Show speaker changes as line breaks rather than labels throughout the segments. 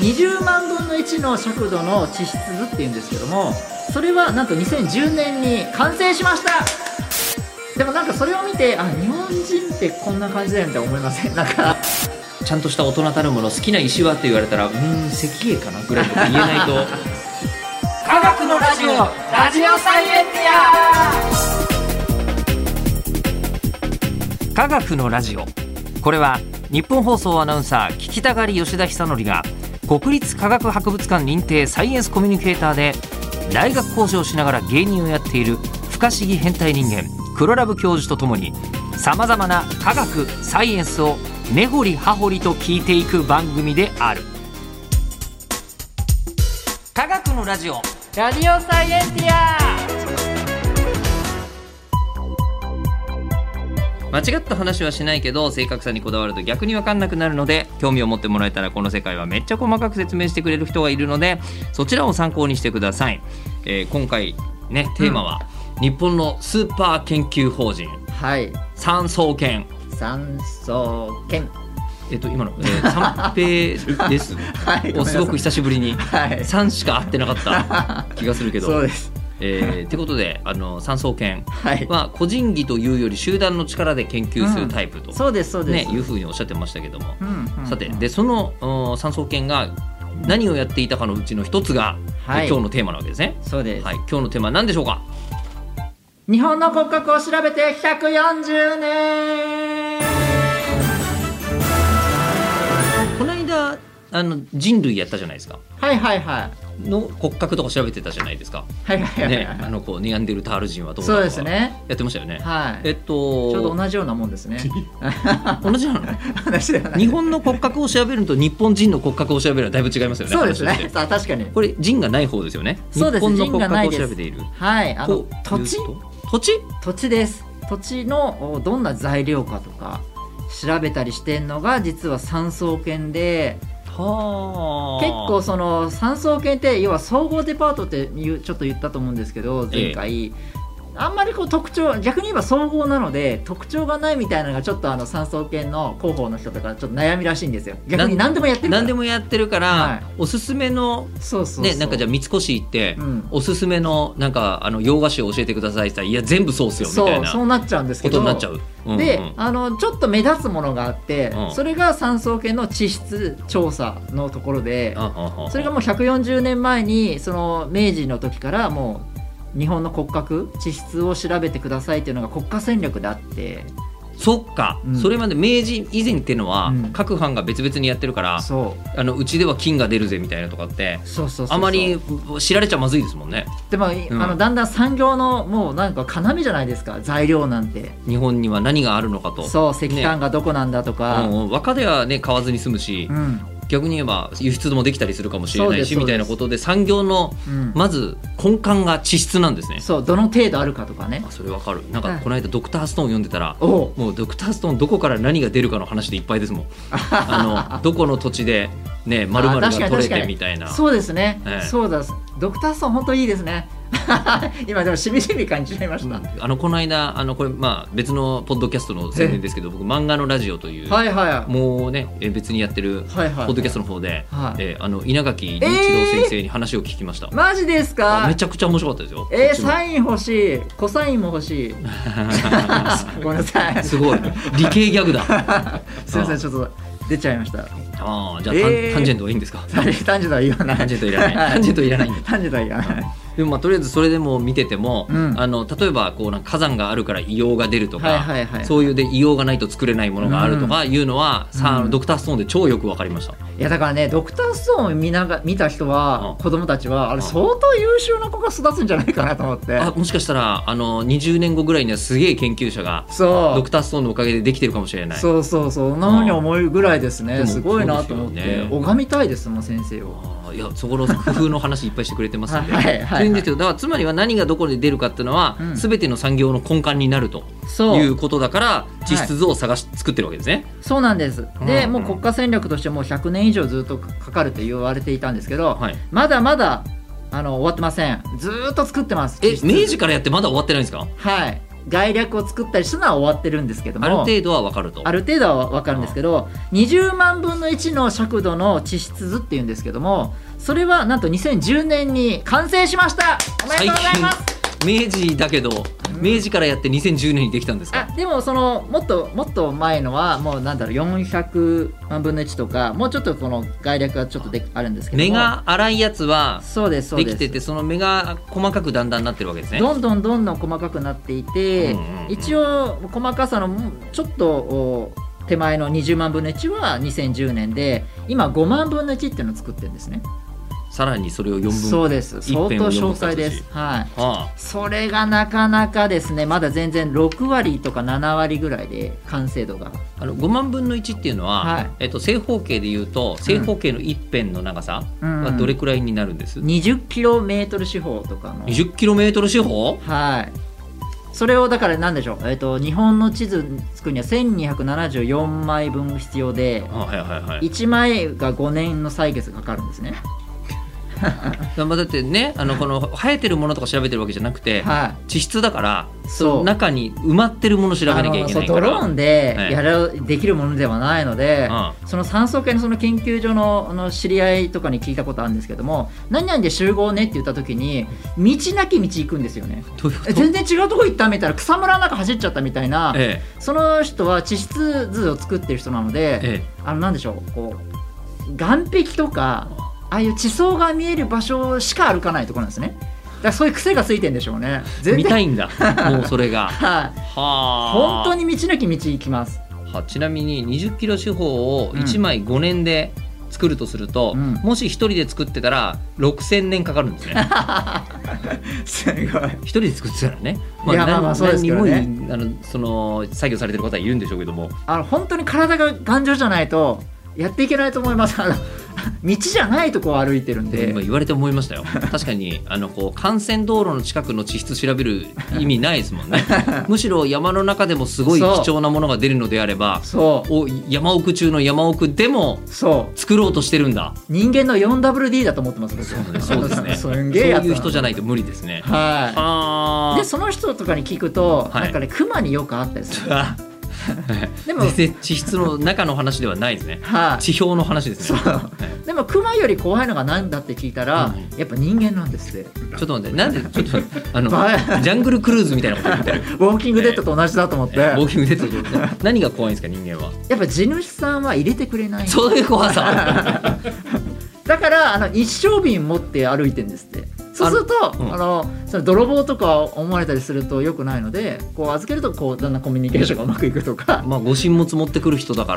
20万分の1の尺度の地質図っていうんですけども、それはなんと2010年に完成しました。でもなんかそれを見て、あ、日本人ってこんな感じだよみたいな思いません？なんか
ちゃんとした大人たるもの好きな石はって言われたら石英かなぐらいと言えないと
科学のラジオ、ラジオサイエンティア。
科学のラジオ。これは日本放送アナウンサー聞きたがり吉田久典が国立科学博物館認定サイエンスコミュニケーターで大学講師をしながら芸人をやっている不可思議変態人間黒ラブ教授とともに、さまざまな科学サイエンスを根掘り葉掘りと聞いていく番組である。科学のラジオ、
ラジオサイエンティア。
間違った話はしないけど正確さにこだわると逆に分かんなくなるので、興味を持ってもらえたらこの世界はめっちゃ細かく説明してくれる人がいるので、そちらを参考にしてください。今回ね、テーマは、日本のスーパー研究法人、
はい、
産総研。
産総研、
今の、三平です、
はい、
すごく久しぶりに、
はい、
3しか合ってなかった気がするけど
そうです。
ってことで産総研は個人技というより集団の力で研究するタイプと、
そうですそうです、
ね、いうふうにおっしゃってましたけども、さて、
で
でその産総研が何をやっていたかのうちの一つが、今日のテーマなわけですね。
そうです、はい、
今日のテーマは何でしょうか？
日本の骨格を調べて140年。
この間人類やったじゃないですか。
はいはいはい。
の骨格とか調べてたじゃないですか。
はいはいはい、
ね、こうネアンデルタール人はどうだとか、
そうですね、
やってましたよね。
はい。ちょうど同じようなもんですね。
同じなの？
同じではない。
日本の骨格を調べると日本人の骨格を調べるのはだいぶ違いますよね。
そうですね。さあ確かに。
これ人がない方ですよね。
そうです。
日本の骨格を調べている。
はい。土地です。土地のどんな材料かとか調べたりしてんのが実は産総研で。
は
結構その産総研って要は総合デパートってちょっと言ったと思うんですけど前回、あんまりこう特徴、逆に言えば総合なので特徴がないみたいなのがちょっと産総研の広報の人とかちょっと悩みらしいんですよ。逆に何でもやってるから、
何でもやってるから、はい、おすすめのね、なんかじゃあ三越行って、おすすめのなんか洋菓子を教えてくださいって言ったら、いや全部そうっすよみたいな
そうなっちゃうんですけど、
ことになっちゃう。
で、ちょっと目立つものがあって、それが産総研の地質調査のところで、それがもう140年前にその明治の時からもう日本の骨格地質を調べてくださいっていうのが国家戦略であって。
そっか、それまで明治以前っていうのは、各藩が別々にやってるから、うちでは金が出るぜみたいなとかってあまり知られちゃまずいですもんね。
でも、だんだん産業のもうなんか要じゃないですか、材料なんて。
日本には何があるのかと。
そう、石炭がどこなんだとか、
和歌ではね買わずに済むし、逆に言えば輸出もできたりするかもしれないしみたいなことで、産業のまず根幹が地質なんですね。
そう、どの程度あるかとかね。
それわかる。なんかこの間ドクターストーン読んでたら、もうドクターストーンどこから何が出るかの話でいっぱいですもん。どこの土地でね丸々が取れてみたいな。
そうですね、そうだ、ドクターストーン本当にいいですね。今でもしみじみ感じちゃいました。
この間これ別のポッドキャストの宣伝ですけど、僕漫画のラジオという、もうね別にやってるポッドキャストの方で、稲垣理一郎先生に話を聞きました。
マジですか？
めちゃくちゃ面白かったですよ。
サイン欲しい、コサインも欲しい。ごめんなさい。
すごい理系ギャグだ。
すいません、ちょっと出ちゃいました。
じゃあタンジェントはいいんですか？
タンジェントはいらない。
タンジェントいらない。タンジェントいらないんだ。
タンジェントはいらない。
でもとりあえずそれでも見てても、例えばこうなんか火山があるから硫黄が出るとか、そういうで硫黄がないと作れないものがあるとかいうのは、ドクターストーンで超よく分かりました。
いやだからね、ドクターストーンを見た人は、子供たちはあれ相当優秀な子が育つんじゃないかなと思って、
もしかしたら20年後ぐらいにはすげえ研究者がドクターストーンのおかげでできてるかもしれない。
そうそんなふうに思うぐらいですね。すごいなと思って拝みたいですもん、先生を。
いや、そこの工夫の話いっぱいしてくれてますんで。そういうんですけど、だからつまりは何がどこで出るかっていうのは、全ての産業の根幹になるということだから、地質図を作ってるわけですね。
そうなんです。で、もう国家戦略としてもう100年以上ずっとかかると言われていたんですけど、まだまだ終わってません。ずっと作ってます。
明治からやってまだ終わってないんですか？
はい。 概略を作ったりするのは終わってるんですけども、
ある程度は分かると。
ある程度は分かるんですけど、20万分の1の尺度の地質図っていうんですけども、それはなんと2010年に完成しました。おめでとうございます。
明治だけど、明治からやって2010年にできたんですか。
でもそのもっと前のはもうなんだろう、400万分の1とか、もうちょっとこの概略がちょっとあるんですけども、
目が粗いやつは
そうです
できてて、その目が細かくだんだんなってるわけですね。
どんどん細かくなっていて、一応細かさのちょっと手前の20万分の1は2010年で、今5万分の1っていうのを作ってるんですね。
さらにそれを4分、
そうです、相当詳細です。はい、それがなかなかですね、まだ全然6割とか7割ぐらいで完成度が。
5万分の1っていうのは、正方形でいうと正方形の一辺の長さはどれくらいになるんです？
20km 四方とかの。
20km 四方？
はい。それをだから何でしょう、日本の地図作るには1274枚分必要で、1枚が5年の歳月がかかるんですね。
だってね、この生えてるものとか調べてるわけじゃなくて、地質だからその中に埋まってるものを調べなきゃいけないから、
ドローンでできるものではないので、その酸素系のその研究所の知り合いとかに聞いたことあるんですけども、何々で集合ねって言った時に道なき道行くんですよね。全然違うとこ行ったみたいな、草むらの中走っちゃったみたいな、その人は地質図を作ってる人なので、なんでしょう、こう岩壁とかああいう地層が見える場所しか歩かないところなんですね。だからそういう癖がついてるんでしょうね。
見たいんだもうそれが
本当に道なき道行きます。
ちなみに20キロ四方を1枚5年で作るとすると、もし1人で作ってたら6000年かかるんですね。
すごい。
1人で作ってたらね、
そうですけどね、
その作業されてる方はいるんでしょうけども、
本当に体が頑丈じゃないとやっていけないと思います。道じゃないとこを歩いてるんで。
今言われて思いましたよ。確かにこう幹線道路の近くの地質調べる意味ないですもんね。むしろ山の中でもすごい貴重なものが出るのであれば、山奥中の山奥でも作ろうとしてるんだ。
人間の 4WD だと思ってます。
そうですね。そういう人じゃないと無理ですね。
でその人とかに聞くと、なんかね、熊によくあったりする。
でも全然地質の中の話ではないですね。地表の話ですね。
でもクマより怖いのが何だって聞いたら、やっぱ人間なんですって。
ちょっと待って、なんでちょっとジャングルクルーズみたいなこと言ってる。
ウォーキングデッドと同じだと思って。ウ
ォーキングデッドと何が怖いんですか、人間は。
やっぱ地主さんは入れてくれない。
そういう怖さ。
だから一升瓶持って歩いてるんですって。そうするとその泥棒とか思われたりすると良くないので、こう預けるとこうだんだんコミュニケーションがうまくいくとか。
ご神物持ってくる人だから、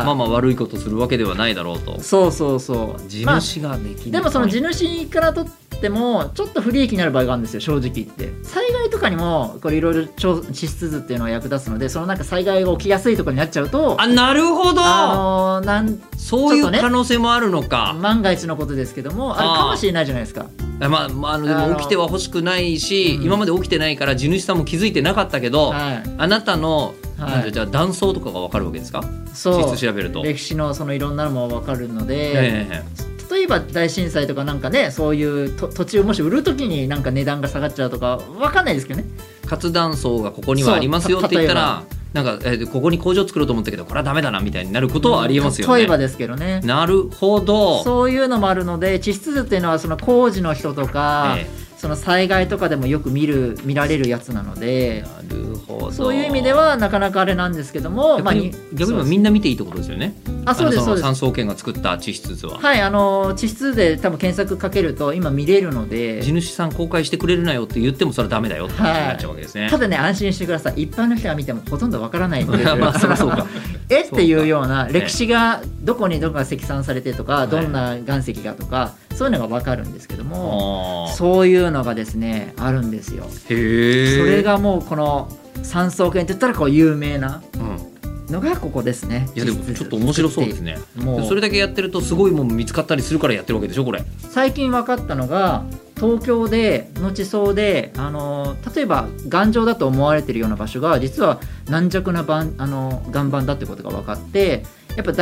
悪いことするわけではないだろうと。
そう
地主ができる。
でもその地主からとってもちょっと不利益になる場合があるんですよ、正直言って。災害とかにもこれいろいろ地質図っていうのは役立つので、そのなんか災害が起きやすいところになっちゃうと。
なるほど。そういう可能性もあるのか。
万が一のことですけども、あるかもしれないじゃないですか。
でも起きては欲しくないし、今まで起きてないから地主さんも気づいてなかったけど、あなたのじゃあ断層とかが分かるわけですか。地質調べると
歴史のそのいろんなのも分かるので、例えば大震災とかなんかね、そういう土地をもし売るときになんか値段が下がっちゃうとか分かんないですけどね。
活断層がここにはありますよって言ったら、なんかここに工場作ろうと思ったけどこれはダメだなみたいになることはありえますよね。
例えばですけどね。
なるほど。
そういうのもあるので、地質図っていうのはその工事の人とか、その災害とかでもよく見られるやつなので、
なるほど。
そういう意味ではなかなかあれなんですけども、
逆にみんな見ていいってことですよね。
そうですそうです。
産総研が作った地質図は、
地質図で多分検索かけると今見れるので、
地主さん公開してくれるなよって言ってもそれはダメだよってなっちゃうわけですね。
ただね、安心してください。一般の人が見てもほとんどわからないんで
そうか
っていうような歴史がどこにどこが積算されてとか、どんな岩石がとか、そういうのが分かるんですけども、そういうのがですねあるんですよ。それがもうこの産総研って言ったらこう有名なのがここですね。
いやでもちょっと面白そうですね。それだけやってるとすごいもん見つかったりするからやってるわけでしょこれ。
最近分かったのが、東京での地層で例えば頑丈だと思われているような場所が実は軟弱な岩盤だってことが分かって、やっぱ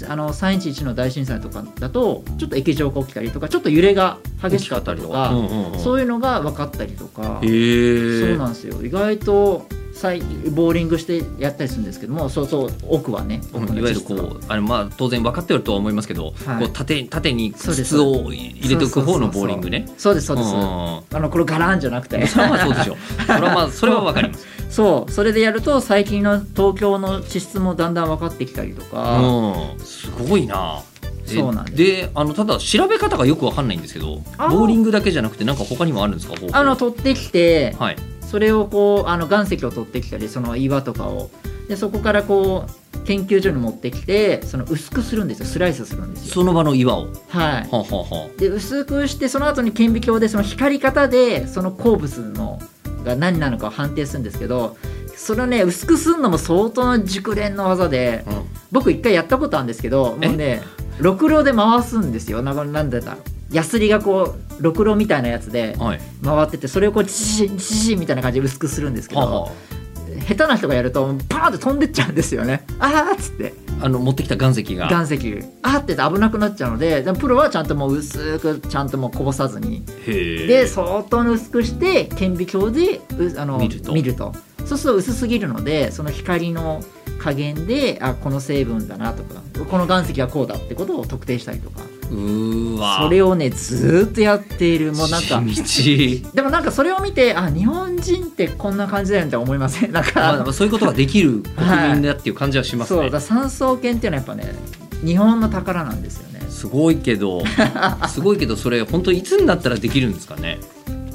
311の大震災とかだとちょっと液状が起きたりとか、ちょっと揺れが激しかったりとか、そういうのが分かったりとか。そうなんですよ。意外とボーリングしてやったりするんですけども、そう奥はね、
いわゆるこう当然分かってるとは思いますけど、こう縦に筒を入れておく方のボーリングね。
そうです、これガランじゃなくて
それはそうでしょそれは分かります
それでやると最近の東京の地質もだんだん分かってきたりとか、
すごいな。
そうなんです。
でただ調べ方がよく分かんないんですけど、ボーリングだけじゃなくてなんか他にもあるんですか？
取ってきて、
はい、
それをこう岩石を取ってきたり、その岩とかをでそこからこう研究所に持ってきて、その薄くするんですよ。スライスするんですよ、そ
の場の岩を。
で薄くして、その後に顕微鏡でその光り方でその鉱物のが何なのかを判定するんですけど、それをね薄くするのも相当な熟練の技で、僕一回やったことあるんですけど、もうねろくろで回すんですよ。なんだったヤスリがこうろくろみたいなやつで回ってて、それをこうチシみたいな感じで薄くするんですけど、下手な人がやるとパーンって飛んでっちゃうんですよね。っつって
持ってきた岩石って
危なくなっちゃうので、プロはちゃんともう薄くちゃんともうこぼさずに、で相当薄くして顕微鏡で見ると、そうすると薄すぎるので、その光の加減でこの成分だなとか、この岩石はこうだってことを特定したりとか、それをねずっとやっている。もうなんかでもなんかそれを見て、日本人ってこんな感じだよねって思いません？なんか、
そういうことができる国民だっていう感じはしますね。
そうだ、山荘犬っていうのはやっぱね日本の宝なんですよね。
すごいけどそれ本当いつになったらできるんですかね？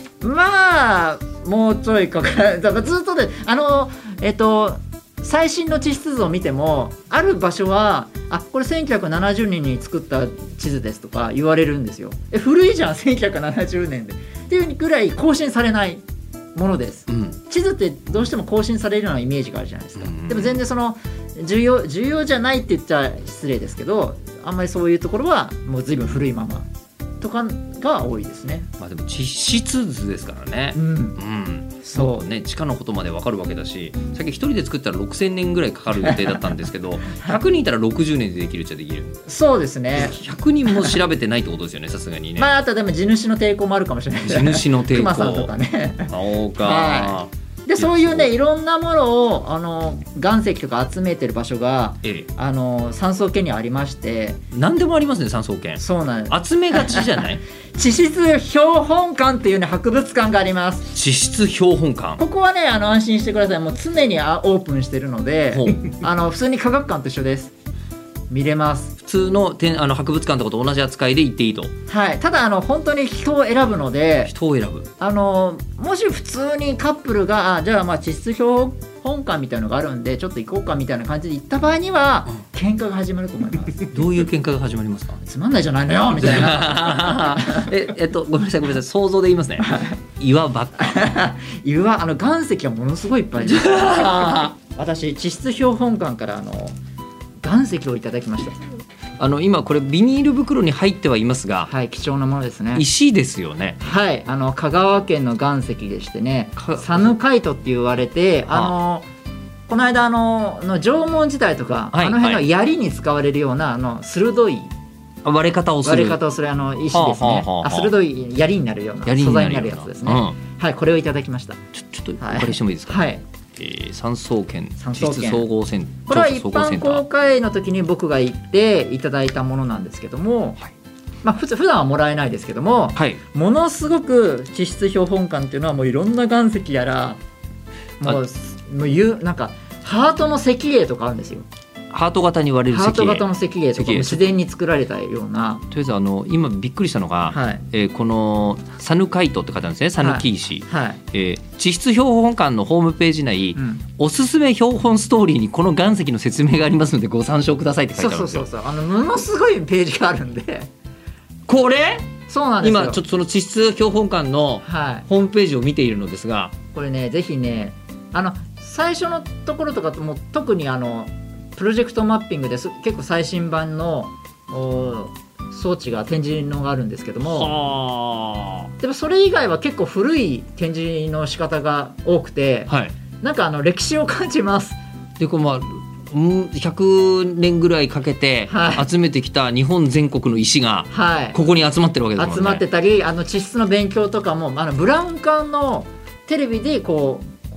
もうちょいかかる。だからずっとで最新の地質図を見ても、ある場所はこれ1970年に作った地図ですとか言われるんですよ。古いじゃん1970年でっていうぐらい更新されないものです、地図ってどうしても更新されるようなイメージがあるじゃないですか、でも全然その重要じゃないって言っちゃ失礼ですけど、あんまりそういうところはもう随分古いままとかが多いですね。
でも地質図ですからね、そうね、地下のことまで分かるわけだし、さっき一人で作ったら6000年ぐらいかかる予定だったんですけど100人いたら60年でできるっちゃできる。
そうですね。
100人も調べてないってことですよね、さすがにね。
あとでも地主の抵抗もあるかもしれない。
地主の抵抗
熊さんとかね。
そうか、
でそういうねいろんなものを岩石とか集めてる場所が、山荘圏にありまして、
何でもありますね山荘圏。
そうなんです。
集めがちじゃない
地質標本館っていうね博物館があります。
地質標本館、
ここはね安心してください。もう常にオープンしてるので普通に科学館と一緒です。見れます。
普通の博物館とかと同じ扱いで行っていいと。
ただ本当に人を選ぶので、
人を選ぶ、
もし普通にカップルがじゃあ地質標本館みたいなのがあるんでちょっと行こうかみたいな感じで行った場合には、喧嘩が始まると思います。
どういう喧嘩が始まりますか？
つまんないじゃないのよみたいな
ごめんなさい想像で言いますね岩ばっか
岩岩石はものすごいいっぱいです私地質標本館から岩石をいただきました。
今これビニール袋に入ってはいますが、
貴重なものですね。
石ですよね。
香川県の岩石でしてね、サヌカイトって言われて、この間の縄文時代とか、あの辺の槍に使われるような鋭い
割れ方をする石です
ね。鋭い槍になるような素材になるやつですね。これをいただきました。
ちょっとお借りしてもいいですか？山荘圏地質総合センター、
これは一般公開の時に僕が行っていただいたものなんですけども、普段はもらえないですけども、ものすごく地質標本館っていうのはもういろんな岩石やらもうなんかハートの石英とかあるんですよ。
ハート型に割れる石英、
ハート型の石英とか自然に作られたような。
とりあえず今びっくりしたのが、このサヌカイトって書いてあるんですね。サヌキ石、地質標本館のホームページ内、おすすめ標本ストーリーにこの岩石の説明がありますのでご参照くださいって書いてあるんですよ。
ものすごいページがあるんで
これ
そうなんですよ。
今ちょっとその地質標本館のホームページを見ているのですが、
これねぜひね最初のところとかも特にプロジェクトマッピングです結構最新版の装置が展示のがあるんですけども、でもそれ以外は結構古い展示の仕方が多くて、なんか歴史を感じます。
で100年ぐらいかけて集めてきた日本全国の石がここに集まってるわけですもんね。
集まってたり地質の勉強とかもブラウン管のテレビでこう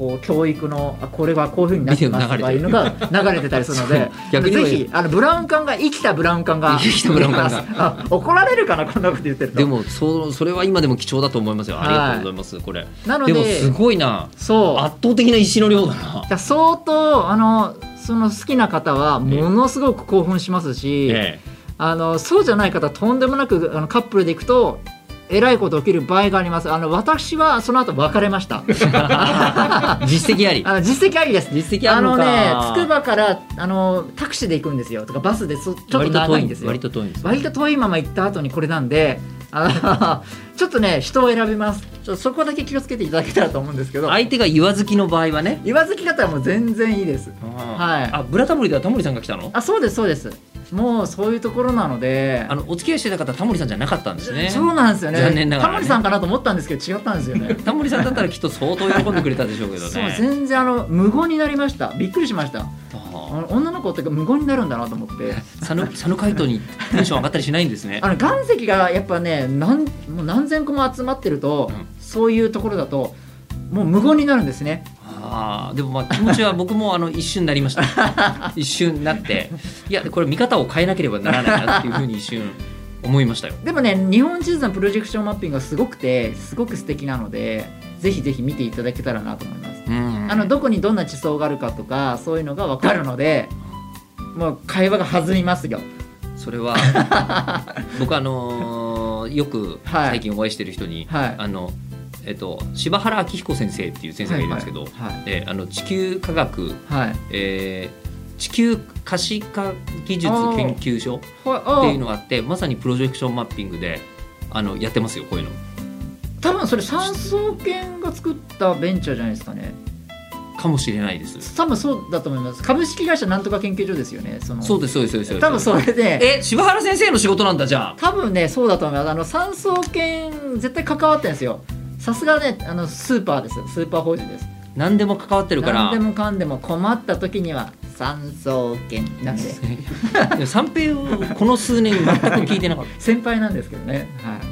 こう教育のこれがこういう風になってますとかいうのが流れてたりするのでぜひブラウン管が生きたブラウン管が怒られるかなこんなこと言ってると。
でもそれは今でも貴重だと思いますよ。ありがとうございます、これなので。でもすごいな、そう圧倒的な石の量だな。
相当その好きな方はものすごく興奮しますし、そうじゃない方とんでもなくカップルで行くとえらいこと起きる場合があります。私はその後別れました
実績あり
実績ありです。
実績あるのか。
つくばからタクシーで行くんですよとかバスでちょっと長いんですよ。
割と遠いんです。
割と遠いまま行った後にこれなんでちょっとね人を選びます。そこだけ気をつけていただけたらと思うんですけど、
相手が岩好きの場合はね。
岩好きだったらもう全然いいです。
はい。ブラタモリではタモリさんが来たの？
そうですそうです。もうそういうところなので
お付き合いしてた方タモリさんじゃなかったんですね。
そうなんですよね。
残念ながら、ね、
タモリさんかなと思ったんですけど違ったんですよね
タモリさんだったらきっと相当喜んでくれたでしょうけどね。
そう全然無言になりました。びっくりしました。女の子って無言になるんだなと思って
佐野海斗にテンション上がったりしないんですね
岩石がやっぱねもう何千個も集まってると、そういうところだともう無言になるんですね。
でも気持ちは僕も一瞬なりました一瞬なって、いやこれ見方を変えなければならないなっていうふうに一瞬思いましたよ。
でもね日本地図のプロジェクションマッピングがすごく素敵なのでぜひぜひ見ていただけたらなと思います。どこにどんな地層があるかとかそういうのが分かるのでもう会話が弾みますよ。
それは僕よく最近お会いしてる人に、柴原明彦先生っていう先生がいるんですけど、地球科学、地球可視化技術研究所っていうのがあって、まさにプロジェクションマッピングでやってますよこういうの。
多分それ産総研が作ったベンチャーじゃないですかね。
かもしれないです。
多分そうだと思います。株式会社なんとか研究所ですよね。
そうです
多分それで
柴原先生の仕事なんだ。じゃあ
多分ねそうだと思います。産総研絶対関わってるんですよ。さすがねスーパーです。スーパー法人です。
何でも関わってるから。
何でもかんでも困った時には産総研なんで
三平をこの数年全く聞いてなかった
先輩なんですけどね、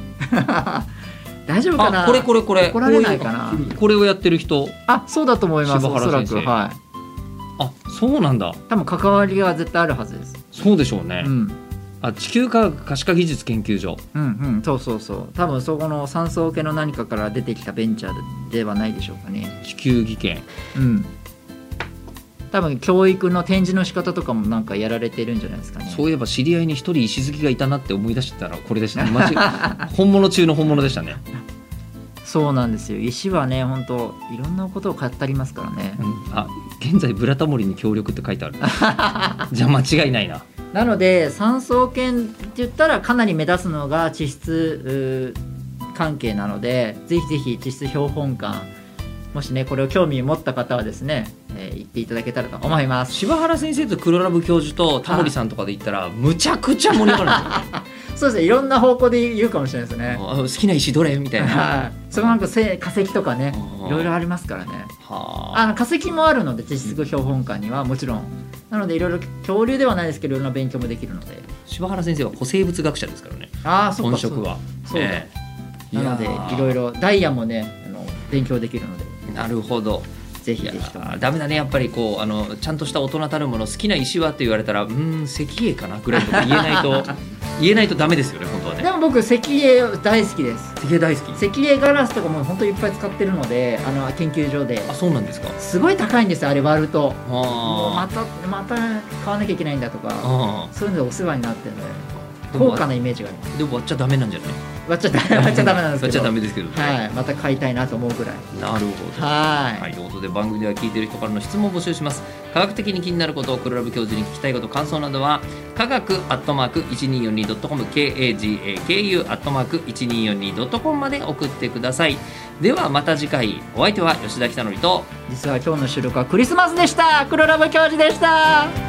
大丈夫かな。
これ
怒られないかな。
これをやってる人。
そうだと思います。おそらく
そうなんだ。
多分関わりが絶対あるはずです。
そうでしょうね。地球科学可視化技術研究所。
そう多分そこの産総研の何かから出てきたベンチャーではないでしょうかね。
地球技研。
多分教育の展示の仕方とかもなんかやられてるんじゃないですかね。
そういえば知り合いに一人石好きがいたなって思い出したらこれでしたね。本物中の本物でしたね。
そうなんですよ。石はね本当いろんなことを語りますからね。
現在ブラタモリに協力って書いてあるじゃあ間違いないな。
なので産総研って言ったらかなり目立つのが地質関係なのでぜひぜひ地質標本館もしねこれを興味を持った方はですね、行っていただけたらと思います。
柴原先生と黒ラブ教授とタモリさんとかで言ったらむちゃくちゃ盛り上がるんですよ
そうですね。いろんな方向で言うかもしれないですね。
好きな石どれみたいな
そのなんか化石とかねいろいろありますからね。化石もあるので地質標本館にはもちろんなのでいろいろ恐竜ではないですけどいろんな勉強もできるので。
柴原先生は古生物学者ですからね。本職は
そうなのでいろいろダイヤもね勉強できるので。
なるほど。
ぜひぜひと。
ダメだねやっぱりこうちゃんとした大人たるもの好きな石はって言われたら石英かなぐらいとか言えないとダメですよね本当はね。
でも僕石英大好きです。
石英大好き。
石英ガラスとかも本当いっぱい使ってるので研究所で。
そうなんですか。
すごい高いんですよあれ割ると。もうまた買わなきゃいけないんだとかそういうのでお世話になってるので高価なイメージがあります。
でも割っちゃダメなんじゃない。
割っちゃダメなんですけど
割っちゃダメですけど、
また買いたいなと思うぐらい。
なるほど。ということで番組では聞いている人からの質問を募集します。科学的に気になることを黒ラブ教授に聞きたいこと感想などは科学@1242.com KAGAKU@1242.com まで送ってください。ではまた次回。お相手は吉田久典と
実は今日の収録はクリスマスでした。黒ラブ教授でした。